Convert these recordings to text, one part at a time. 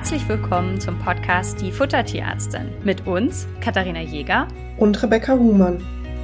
Herzlich willkommen zum Podcast Die Futtertierärztin mit uns, Katharina Jäger und Rebecca Huhmann.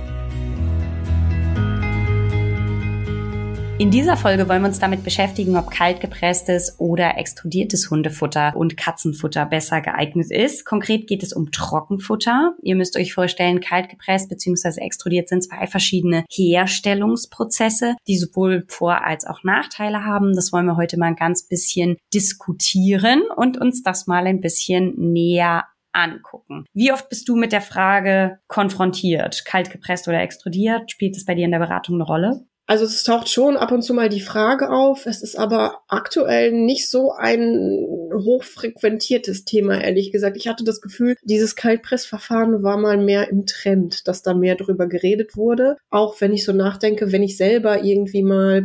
In dieser Folge wollen wir uns damit beschäftigen, ob kaltgepresstes oder extrudiertes Hundefutter und Katzenfutter besser geeignet ist. Konkret geht es um Trockenfutter. Ihr müsst euch vorstellen, kaltgepresst bzw. extrudiert sind zwei verschiedene Herstellungsprozesse, die sowohl Vor- als auch Nachteile haben. Das wollen wir heute mal ein ganz bisschen diskutieren und uns das mal ein bisschen näher angucken. Wie oft bist du mit der Frage konfrontiert? Kaltgepresst oder extrudiert? Spielt es bei dir in der Beratung eine Rolle? Also es taucht schon ab und zu mal die Frage auf. Es ist aber aktuell nicht so ein hochfrequentiertes Thema, ehrlich gesagt. Ich hatte das Gefühl, dieses Kaltpressverfahren war mal mehr im Trend, dass da mehr drüber geredet wurde. Auch wenn ich so nachdenke, wenn ich selber irgendwie mal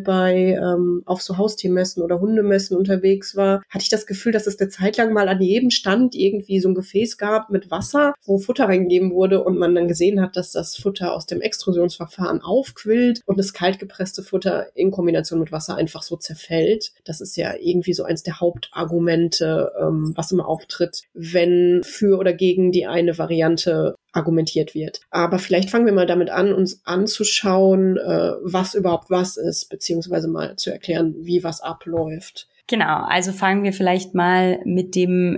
auf so Haustiermessen oder Hundemessen unterwegs war, hatte ich das Gefühl, dass es eine Zeit lang mal an jedem Stand irgendwie so ein Gefäß gab mit Wasser, wo Futter reingegeben wurde und man dann gesehen hat, dass das Futter aus dem Extrusionsverfahren aufquillt und das kaltgepresste Futter in Kombination mit Wasser einfach so zerfällt. Das ist ja irgendwie so eins der Hauptargumente, was immer auftritt, wenn für oder gegen die eine Variante argumentiert wird. Aber vielleicht fangen wir mal damit an, uns anzuschauen, was überhaupt was ist, beziehungsweise mal zu erklären, wie was abläuft. Genau, also fangen wir vielleicht mal mit dem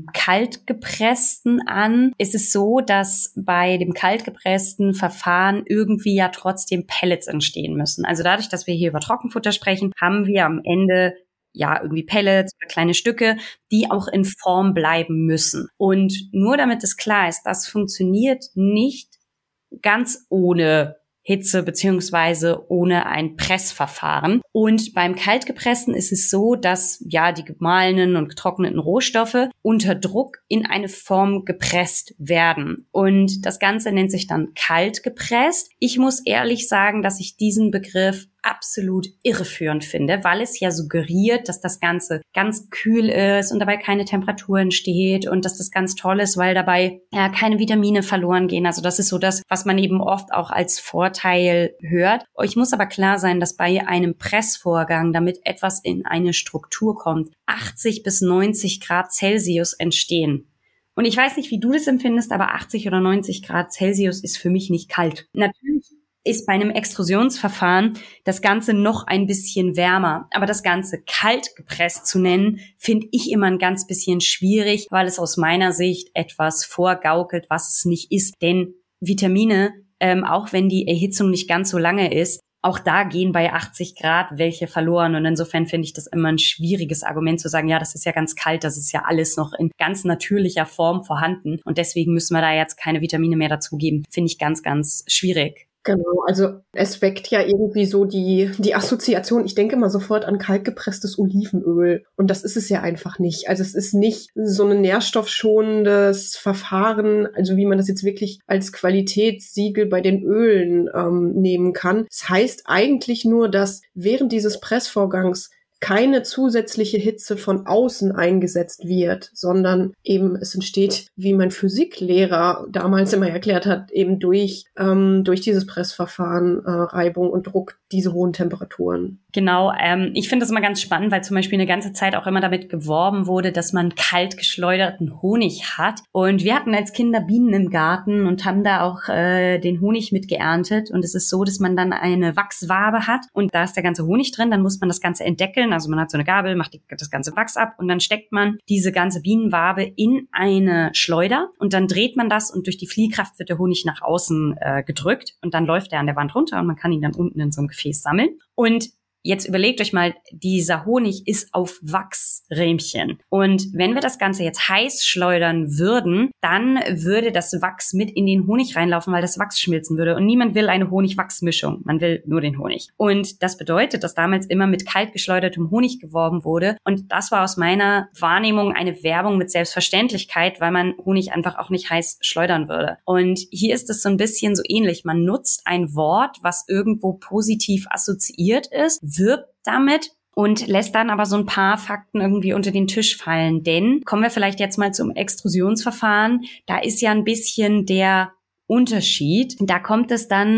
kaltgepressten an. Es ist so, dass bei dem kaltgepressten Verfahren irgendwie ja trotzdem Pellets entstehen müssen. Also dadurch, dass wir hier über Trockenfutter sprechen, haben wir am Ende ja irgendwie Pellets oder kleine Stücke, die auch in Form bleiben müssen. Und nur damit es klar ist, das funktioniert nicht ganz ohne Hitze beziehungsweise ohne ein Pressverfahren. Und beim Kaltgepressten ist es so, dass ja die gemahlenen und getrockneten Rohstoffe unter Druck in eine Form gepresst werden. Und das Ganze nennt sich dann kaltgepresst. Ich muss ehrlich sagen, dass ich diesen Begriff absolut irreführend finde, weil es ja suggeriert, dass das Ganze ganz kühl ist und dabei keine Temperatur entsteht und dass das ganz toll ist, weil dabei ja keine Vitamine verloren gehen. Also das ist so das, was man eben oft auch als Vorteil hört. Euch muss aber klar sein, dass bei einem Pressvorgang, damit etwas in eine Struktur kommt, 80 bis 90 Grad Celsius entstehen. Und ich weiß nicht, wie du das empfindest, aber 80 oder 90 Grad Celsius ist für mich nicht kalt. Natürlich ist bei einem Extrusionsverfahren das Ganze noch ein bisschen wärmer. Aber das Ganze kalt gepresst zu nennen, finde ich immer ein ganz bisschen schwierig, weil es aus meiner Sicht etwas vorgaukelt, was es nicht ist. Denn Vitamine, auch wenn die Erhitzung nicht ganz so lange ist, auch da gehen bei 80 Grad welche verloren. Und insofern finde ich das immer ein schwieriges Argument zu sagen, ja, das ist ja ganz kalt, das ist ja alles noch in ganz natürlicher Form vorhanden. Und deswegen müssen wir da jetzt keine Vitamine mehr dazugeben. Finde ich ganz, ganz schwierig. Genau, also es weckt ja irgendwie so die Assoziation, ich denke mal sofort an kaltgepresstes Olivenöl und das ist es ja einfach nicht. Also es ist nicht so ein nährstoffschonendes Verfahren, also wie man das jetzt wirklich als Qualitätssiegel bei den Ölen nehmen kann. Das heißt eigentlich nur, dass während dieses Pressvorgangs keine zusätzliche Hitze von außen eingesetzt wird, sondern eben es entsteht, wie mein Physiklehrer damals immer erklärt hat, eben durch dieses Pressverfahren Reibung und Druck, diese hohen Temperaturen. Genau, ich finde das immer ganz spannend, weil zum Beispiel eine ganze Zeit auch immer damit geworben wurde, dass man kalt geschleuderten Honig hat. Und wir hatten als Kinder Bienen im Garten und haben da auch den Honig mitgeerntet. Und es ist so, dass man dann eine Wachswabe hat und da ist der ganze Honig drin. Dann muss man das Ganze entdeckeln. Also man hat so eine Gabel, macht das ganze Wachs ab und dann steckt man diese ganze Bienenwabe in eine Schleuder und dann dreht man das und durch die Fliehkraft wird der Honig nach außen gedrückt und dann läuft er an der Wand runter und man kann ihn dann unten in so einem Gefäß sammeln. Und jetzt überlegt euch mal, dieser Honig ist auf Wachsrähmchen. Und wenn wir das Ganze jetzt heiß schleudern würden, dann würde das Wachs mit in den Honig reinlaufen, weil das Wachs schmilzen würde. Und niemand will eine Honig-Wachs-Mischung. Man will nur den Honig. Und das bedeutet, dass damals immer mit kalt geschleudertem Honig geworben wurde. Und das war aus meiner Wahrnehmung eine Werbung mit Selbstverständlichkeit, weil man Honig einfach auch nicht heiß schleudern würde. Und hier ist es so ein bisschen so ähnlich. Man nutzt ein Wort, was irgendwo positiv assoziiert ist, wirbt damit und lässt dann aber so ein paar Fakten irgendwie unter den Tisch fallen. Denn kommen wir vielleicht jetzt mal zum Extrusionsverfahren. Da ist ja ein bisschen der Unterschied. Da kommt es dann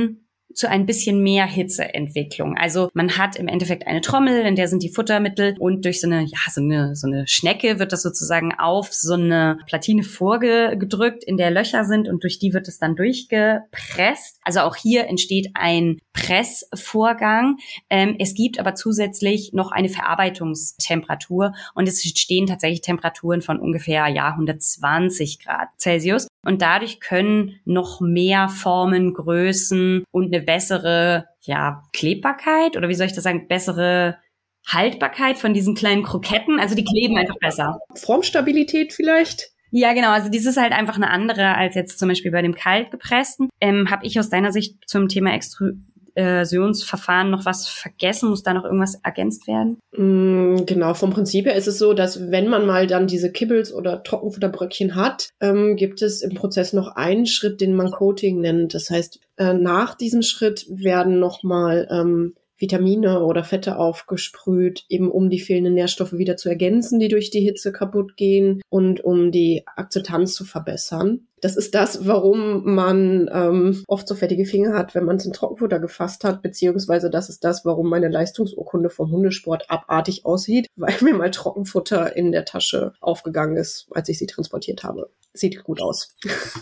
zu ein bisschen mehr Hitzeentwicklung. Also man hat im Endeffekt eine Trommel, in der sind die Futtermittel und durch so eine Schnecke wird das sozusagen auf so eine Platine vorgedrückt, in der Löcher sind und durch die wird es dann durchgepresst. Also auch hier entsteht ein Pressvorgang. Es gibt aber zusätzlich noch eine Verarbeitungstemperatur und es entstehen tatsächlich Temperaturen von ungefähr 120 Grad Celsius. Und dadurch können noch mehr Formen, Größen und eine bessere, Klebbarkeit oder wie soll ich das sagen, bessere Haltbarkeit von diesen kleinen Kroketten. Also die kleben einfach besser. Formstabilität vielleicht? Ja, genau. Also dies ist halt einfach eine andere als jetzt zum Beispiel bei dem Kaltgepressten. Habe ich aus deiner Sicht zum Thema Extrusionsverfahren noch was vergessen? Muss da noch irgendwas ergänzt werden? Genau, vom Prinzip her ist es so, dass wenn man mal dann diese Kibbles oder Trockenfutterbröckchen hat, gibt es im Prozess noch einen Schritt, den man Coating nennt. Das heißt, nach diesem Schritt werden nochmal Vitamine oder Fette aufgesprüht, eben um die fehlenden Nährstoffe wieder zu ergänzen, die durch die Hitze kaputt gehen und um die Akzeptanz zu verbessern. Das ist das, warum man oft so fettige Finger hat, wenn man es in Trockenfutter gefasst hat, beziehungsweise das ist das, warum meine Leistungsurkunde vom Hundesport abartig aussieht, weil mir mal Trockenfutter in der Tasche aufgegangen ist, als ich sie transportiert habe. Sieht gut aus.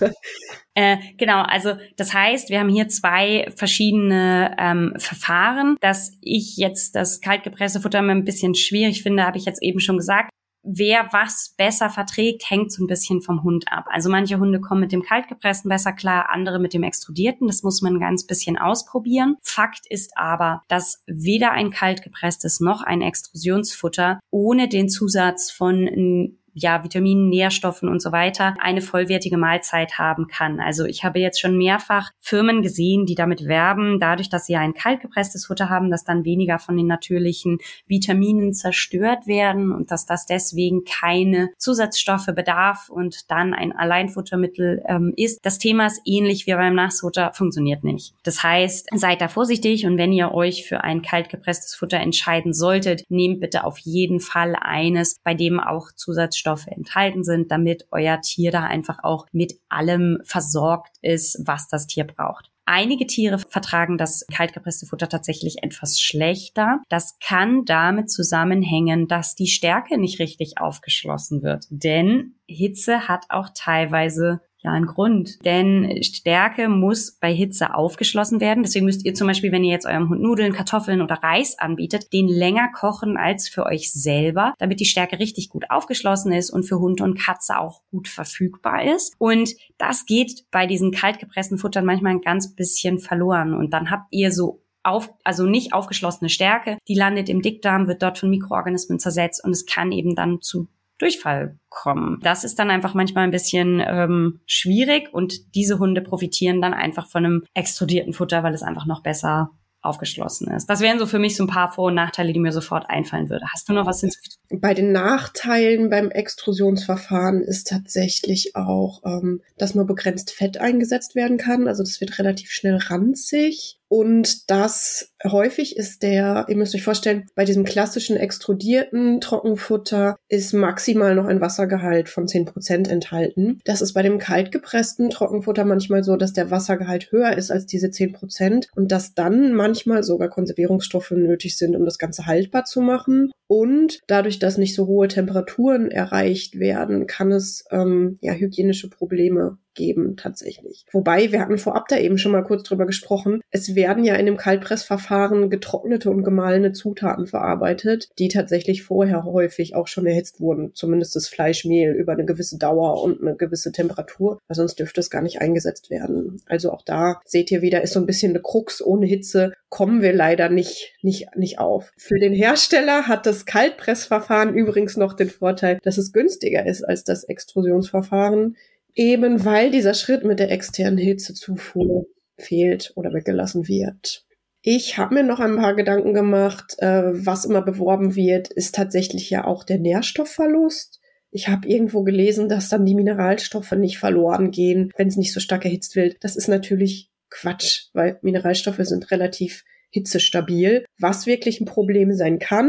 Genau, also das heißt, wir haben hier zwei verschiedene Verfahren. Dass ich jetzt das kaltgepresste Futter ein bisschen schwierig finde, habe ich jetzt eben schon gesagt. Wer was besser verträgt, hängt so ein bisschen vom Hund ab. Also manche Hunde kommen mit dem kaltgepressten besser klar, andere mit dem extrudierten. Das muss man ein ganz bisschen ausprobieren. Fakt ist aber, dass weder ein kaltgepresstes noch ein Extrusionsfutter ohne den Zusatz von Vitaminen, Nährstoffen und so weiter eine vollwertige Mahlzeit haben kann. Also ich habe jetzt schon mehrfach Firmen gesehen, die damit werben, dadurch, dass sie ein kaltgepresstes Futter haben, dass dann weniger von den natürlichen Vitaminen zerstört werden und dass das deswegen keine Zusatzstoffe bedarf und dann ein Alleinfuttermittel ist. Das Thema ist ähnlich wie beim Nassfutter, funktioniert nicht. Das heißt, seid da vorsichtig und wenn ihr euch für ein kaltgepresstes Futter entscheiden solltet, nehmt bitte auf jeden Fall eines, bei dem auch Zusatzstoffe enthalten sind, damit euer Tier da einfach auch mit allem versorgt ist, was das Tier braucht. Einige Tiere vertragen das kaltgepresste Futter tatsächlich etwas schlechter. Das kann damit zusammenhängen, dass die Stärke nicht richtig aufgeschlossen wird. Denn Hitze hat auch teilweise einen Grund. Denn Stärke muss bei Hitze aufgeschlossen werden. Deswegen müsst ihr zum Beispiel, wenn ihr jetzt eurem Hund Nudeln, Kartoffeln oder Reis anbietet, den länger kochen als für euch selber, damit die Stärke richtig gut aufgeschlossen ist und für Hund und Katze auch gut verfügbar ist. Und das geht bei diesen kaltgepressten Futtern manchmal ein ganz bisschen verloren. Und dann habt ihr also nicht aufgeschlossene Stärke, die landet im Dickdarm, wird dort von Mikroorganismen zersetzt und es kann eben dann zu Durchfall kommen. Das ist dann einfach manchmal ein bisschen schwierig und diese Hunde profitieren dann einfach von einem extrudierten Futter, weil es einfach noch besser aufgeschlossen ist. Das wären so für mich so ein paar Vor- und Nachteile, die mir sofort einfallen würde. Hast du noch was hinzuzufügen? Bei den Nachteilen beim Extrusionsverfahren ist tatsächlich auch, dass nur begrenzt Fett eingesetzt werden kann. Also das wird relativ schnell ranzig. Und das häufig ist ihr müsst euch vorstellen, bei diesem klassischen extrudierten Trockenfutter ist maximal noch ein Wassergehalt von 10% enthalten. Das ist bei dem kaltgepressten Trockenfutter manchmal so, dass der Wassergehalt höher ist als diese 10% und dass dann manchmal sogar Konservierungsstoffe nötig sind, um das Ganze haltbar zu machen. Und dadurch, dass nicht so hohe Temperaturen erreicht werden, kann es hygienische Probleme geben tatsächlich. Wobei, wir hatten vorab da eben schon mal kurz drüber gesprochen, es werden ja in dem Kaltpressverfahren getrocknete und gemahlene Zutaten verarbeitet, die tatsächlich vorher häufig auch schon erhitzt wurden, zumindest das Fleischmehl über eine gewisse Dauer und eine gewisse Temperatur, weil sonst dürfte es gar nicht eingesetzt werden. Also auch da seht ihr wieder, ist so ein bisschen eine Krux, ohne Hitze kommen wir leider nicht auf. Für den Hersteller hat das Kaltpressverfahren übrigens noch den Vorteil, dass es günstiger ist als das Extrusionsverfahren, eben weil dieser Schritt mit der externen Hitzezufuhr fehlt oder weggelassen wird. Ich habe mir noch ein paar Gedanken gemacht. Was immer beworben wird, ist tatsächlich ja auch der Nährstoffverlust. Ich habe irgendwo gelesen, dass dann die Mineralstoffe nicht verloren gehen, wenn es nicht so stark erhitzt wird. Das ist natürlich Quatsch, weil Mineralstoffe sind relativ hitzestabil. Was wirklich ein Problem sein kann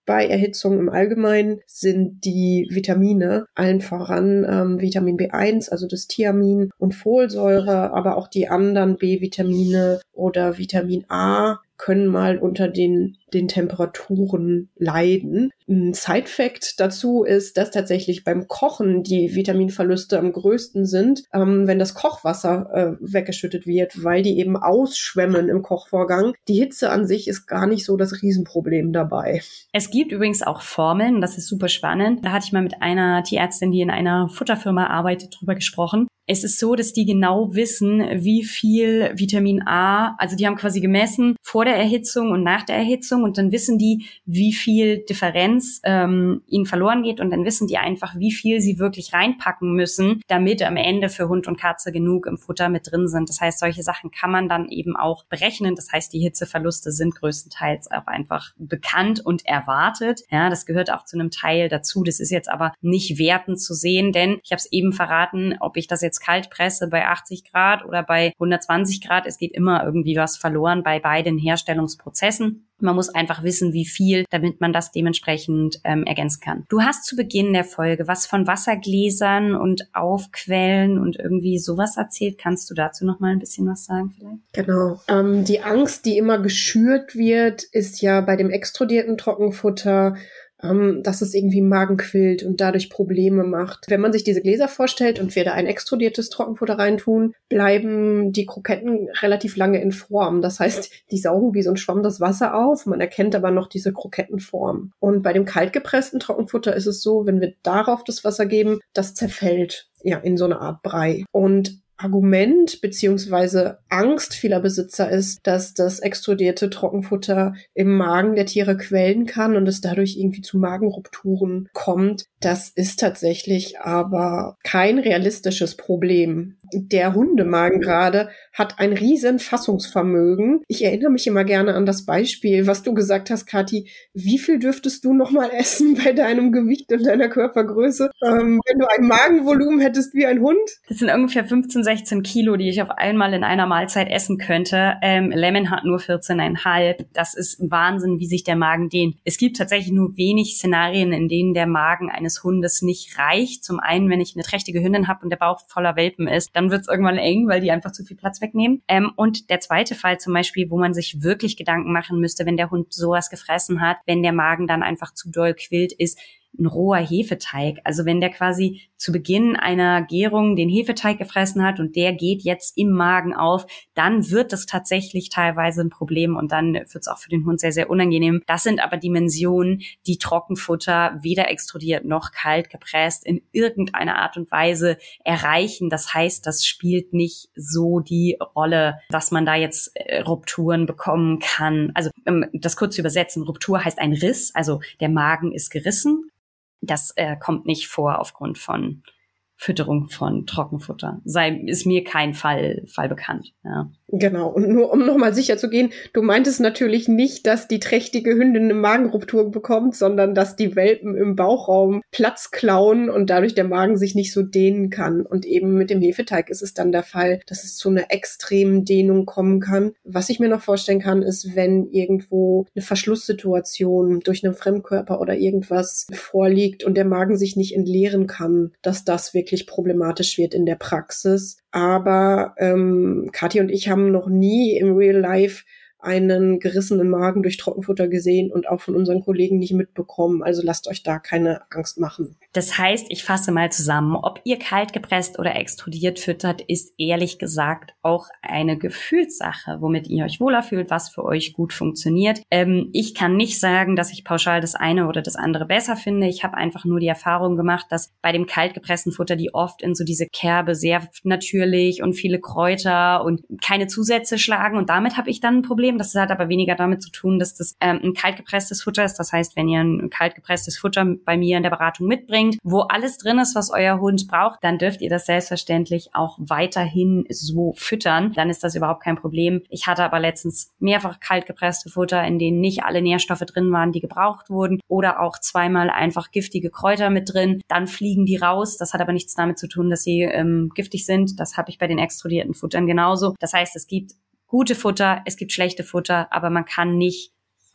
bei Erhitzung im Allgemeinen sind die Vitamine, allen voran Vitamin B1, also das Thiamin und Folsäure, aber auch die anderen B-Vitamine oder Vitamin A können mal unter den Temperaturen leiden. Ein Side-Fact dazu ist, dass tatsächlich beim Kochen die Vitaminverluste am größten sind, wenn das Kochwasser weggeschüttet wird, weil die eben ausschwemmen im Kochvorgang. Die Hitze an sich ist gar nicht so das Riesenproblem dabei. Es gibt übrigens auch Formeln, das ist super spannend. Da hatte ich mal mit einer Tierärztin, die in einer Futterfirma arbeitet, drüber gesprochen. Es ist so, dass die genau wissen, wie viel Vitamin A, also die haben quasi gemessen vor der Erhitzung und nach der Erhitzung und dann wissen die, wie viel Differenz ihnen verloren geht und dann wissen die einfach, wie viel sie wirklich reinpacken müssen, damit am Ende für Hund und Katze genug im Futter mit drin sind. Das heißt, solche Sachen kann man dann eben auch berechnen. Das heißt, die Hitzeverluste sind größtenteils auch einfach bekannt und erwartet. Ja, das gehört auch zu einem Teil dazu. Das ist jetzt aber nicht wertend zu sehen, denn ich habe es eben verraten, ob ich das jetzt kalt presse bei 80 Grad oder bei 120 Grad, es geht immer irgendwie was verloren bei beiden Herstellungsprozessen. Man muss einfach wissen, wie viel, damit man das dementsprechend ergänzen kann. Du hast zu Beginn der Folge was von Wassergläsern und Aufquellen und irgendwie sowas erzählt. Kannst du dazu noch mal ein bisschen was sagen vielleicht? Genau. Die Angst, die immer geschürt wird, ist ja bei dem extrudierten Trockenfutter, dass es irgendwie im Magen quillt und dadurch Probleme macht. Wenn man sich diese Gläser vorstellt und wir da ein extrudiertes Trockenfutter reintun, bleiben die Kroketten relativ lange in Form. Das heißt, die saugen wie so ein Schwamm das Wasser auf, man erkennt aber noch diese Krokettenform. Und bei dem kaltgepressten Trockenfutter ist es so, wenn wir darauf das Wasser geben, das zerfällt ja in so eine Art Brei. Und Argument beziehungsweise Angst vieler Besitzer ist, dass das extrudierte Trockenfutter im Magen der Tiere quellen kann und es dadurch irgendwie zu Magenrupturen kommt. Das ist tatsächlich aber kein realistisches Problem. Der Hundemagen gerade hat ein riesen Fassungsvermögen. Ich erinnere mich immer gerne an das Beispiel, was du gesagt hast, Kathi. Wie viel dürftest du noch mal essen bei deinem Gewicht und deiner Körpergröße, wenn du ein Magenvolumen hättest wie ein Hund? Das sind ungefähr 15-16 Kilo, die ich auf einmal in einer Mahlzeit essen könnte. Lemon hat nur 14,5. Das ist ein Wahnsinn, wie sich der Magen dehnt. Es gibt tatsächlich nur wenig Szenarien, in denen der Magen eines Hundes nicht reicht. Zum einen, wenn ich eine trächtige Hündin habe und der Bauch voller Welpen ist, dann wird es irgendwann eng, weil die einfach zu viel Platz wegnehmen. Und der zweite Fall zum Beispiel, wo man sich wirklich Gedanken machen müsste, wenn der Hund sowas gefressen hat, wenn der Magen dann einfach zu doll quillt, ist ein roher Hefeteig. Also wenn der quasi zu Beginn einer Gärung den Hefeteig gefressen hat und der geht jetzt im Magen auf, dann wird das tatsächlich teilweise ein Problem und dann wird es auch für den Hund sehr, sehr unangenehm. Das sind aber Dimensionen, die Trockenfutter weder extrudiert noch kalt gepresst in irgendeiner Art und Weise erreichen. Das heißt, das spielt nicht so die Rolle, dass man da jetzt Rupturen bekommen kann. Also das kurz zu übersetzen, Ruptur heißt ein Riss, also der Magen ist gerissen. Das kommt nicht vor aufgrund von Fütterung von Trockenfutter. Ist mir kein Fall bekannt. Ja. Genau. Und nur um nochmal sicher zu gehen, du meintest natürlich nicht, dass die trächtige Hündin eine Magenruptur bekommt, sondern dass die Welpen im Bauchraum Platz klauen und dadurch der Magen sich nicht so dehnen kann. Und eben mit dem Hefeteig ist es dann der Fall, dass es zu einer extremen Dehnung kommen kann. Was ich mir noch vorstellen kann, ist, wenn irgendwo eine Verschlusssituation durch einen Fremdkörper oder irgendwas vorliegt und der Magen sich nicht entleeren kann, dass das wirklich problematisch wird in der Praxis. Aber Kathi und ich haben noch nie im Real Life einen gerissenen Magen durch Trockenfutter gesehen und auch von unseren Kollegen nicht mitbekommen. Also lasst euch da keine Angst machen. Das heißt, ich fasse mal zusammen, ob ihr kalt gepresst oder extrudiert füttert, ist ehrlich gesagt auch eine Gefühlssache, womit ihr euch wohler fühlt, was für euch gut funktioniert. Ich kann nicht sagen, dass ich pauschal das eine oder das andere besser finde. Ich habe einfach nur die Erfahrung gemacht, dass bei dem kalt gepressten Futter die oft in so diese Kerbe sehr natürlich und viele Kräuter und keine Zusätze schlagen und damit habe ich dann ein Problem. Das hat aber weniger damit zu tun, dass das ein kaltgepresstes Futter ist. Das heißt, wenn ihr ein kaltgepresstes Futter bei mir in der Beratung mitbringt, wo alles drin ist, was euer Hund braucht, dann dürft ihr das selbstverständlich auch weiterhin so füttern. Dann ist das überhaupt kein Problem. Ich hatte aber letztens mehrfach kaltgepresste Futter, in denen nicht alle Nährstoffe drin waren, die gebraucht wurden oder auch zweimal einfach giftige Kräuter mit drin. Dann fliegen die raus. Das hat aber nichts damit zu tun, dass sie giftig sind. Das habe ich bei den extrudierten Futtern genauso. Das heißt, es gibt gute Futter, es gibt schlechte Futter, aber man kann nicht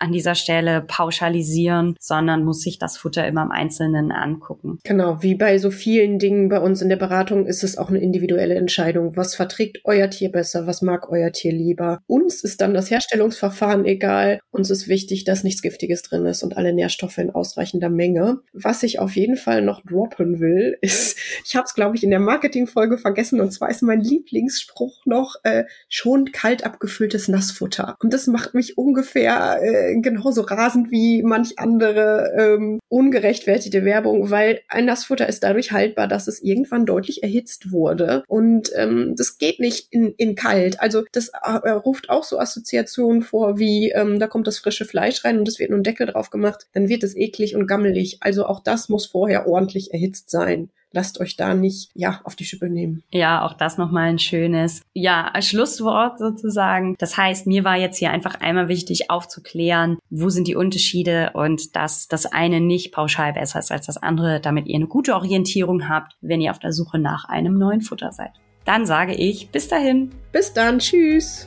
an dieser Stelle pauschalisieren, sondern muss sich das Futter immer im Einzelnen angucken. Genau, wie bei so vielen Dingen bei uns in der Beratung ist es auch eine individuelle Entscheidung. Was verträgt euer Tier besser? Was mag euer Tier lieber? Uns ist dann das Herstellungsverfahren egal. Uns ist wichtig, dass nichts Giftiges drin ist und alle Nährstoffe in ausreichender Menge. Was ich auf jeden Fall noch droppen will, ist, ich habe es, glaube ich, in der Marketingfolge vergessen, und zwar ist mein Lieblingsspruch noch, schon kalt abgefülltes Nassfutter. Und das macht mich ungefähr genauso rasend wie manch andere ungerechtfertigte Werbung, weil ein Nassfutter ist dadurch haltbar, dass es irgendwann deutlich erhitzt wurde. Und das geht nicht in kalt. Also das ruft auch so Assoziationen vor, wie da kommt das frische Fleisch rein und es wird nur ein Deckel drauf gemacht, dann wird es eklig und gammelig. Also auch das muss vorher ordentlich erhitzt sein. Lasst euch da nicht, auf die Schippe nehmen. Ja, auch das nochmal ein schönes, Schlusswort sozusagen. Das heißt, mir war jetzt hier einfach einmal wichtig aufzuklären, wo sind die Unterschiede und dass das eine nicht pauschal besser ist als das andere, damit ihr eine gute Orientierung habt, wenn ihr auf der Suche nach einem neuen Futter seid. Dann sage ich, bis dahin. Bis dann, tschüss.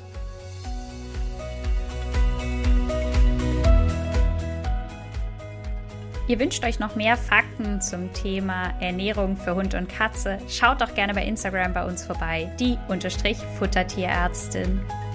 Ihr wünscht euch noch mehr Fakten zum Thema Ernährung für Hund und Katze? Schaut doch gerne bei Instagram bei uns vorbei, die _Futtertierärztin.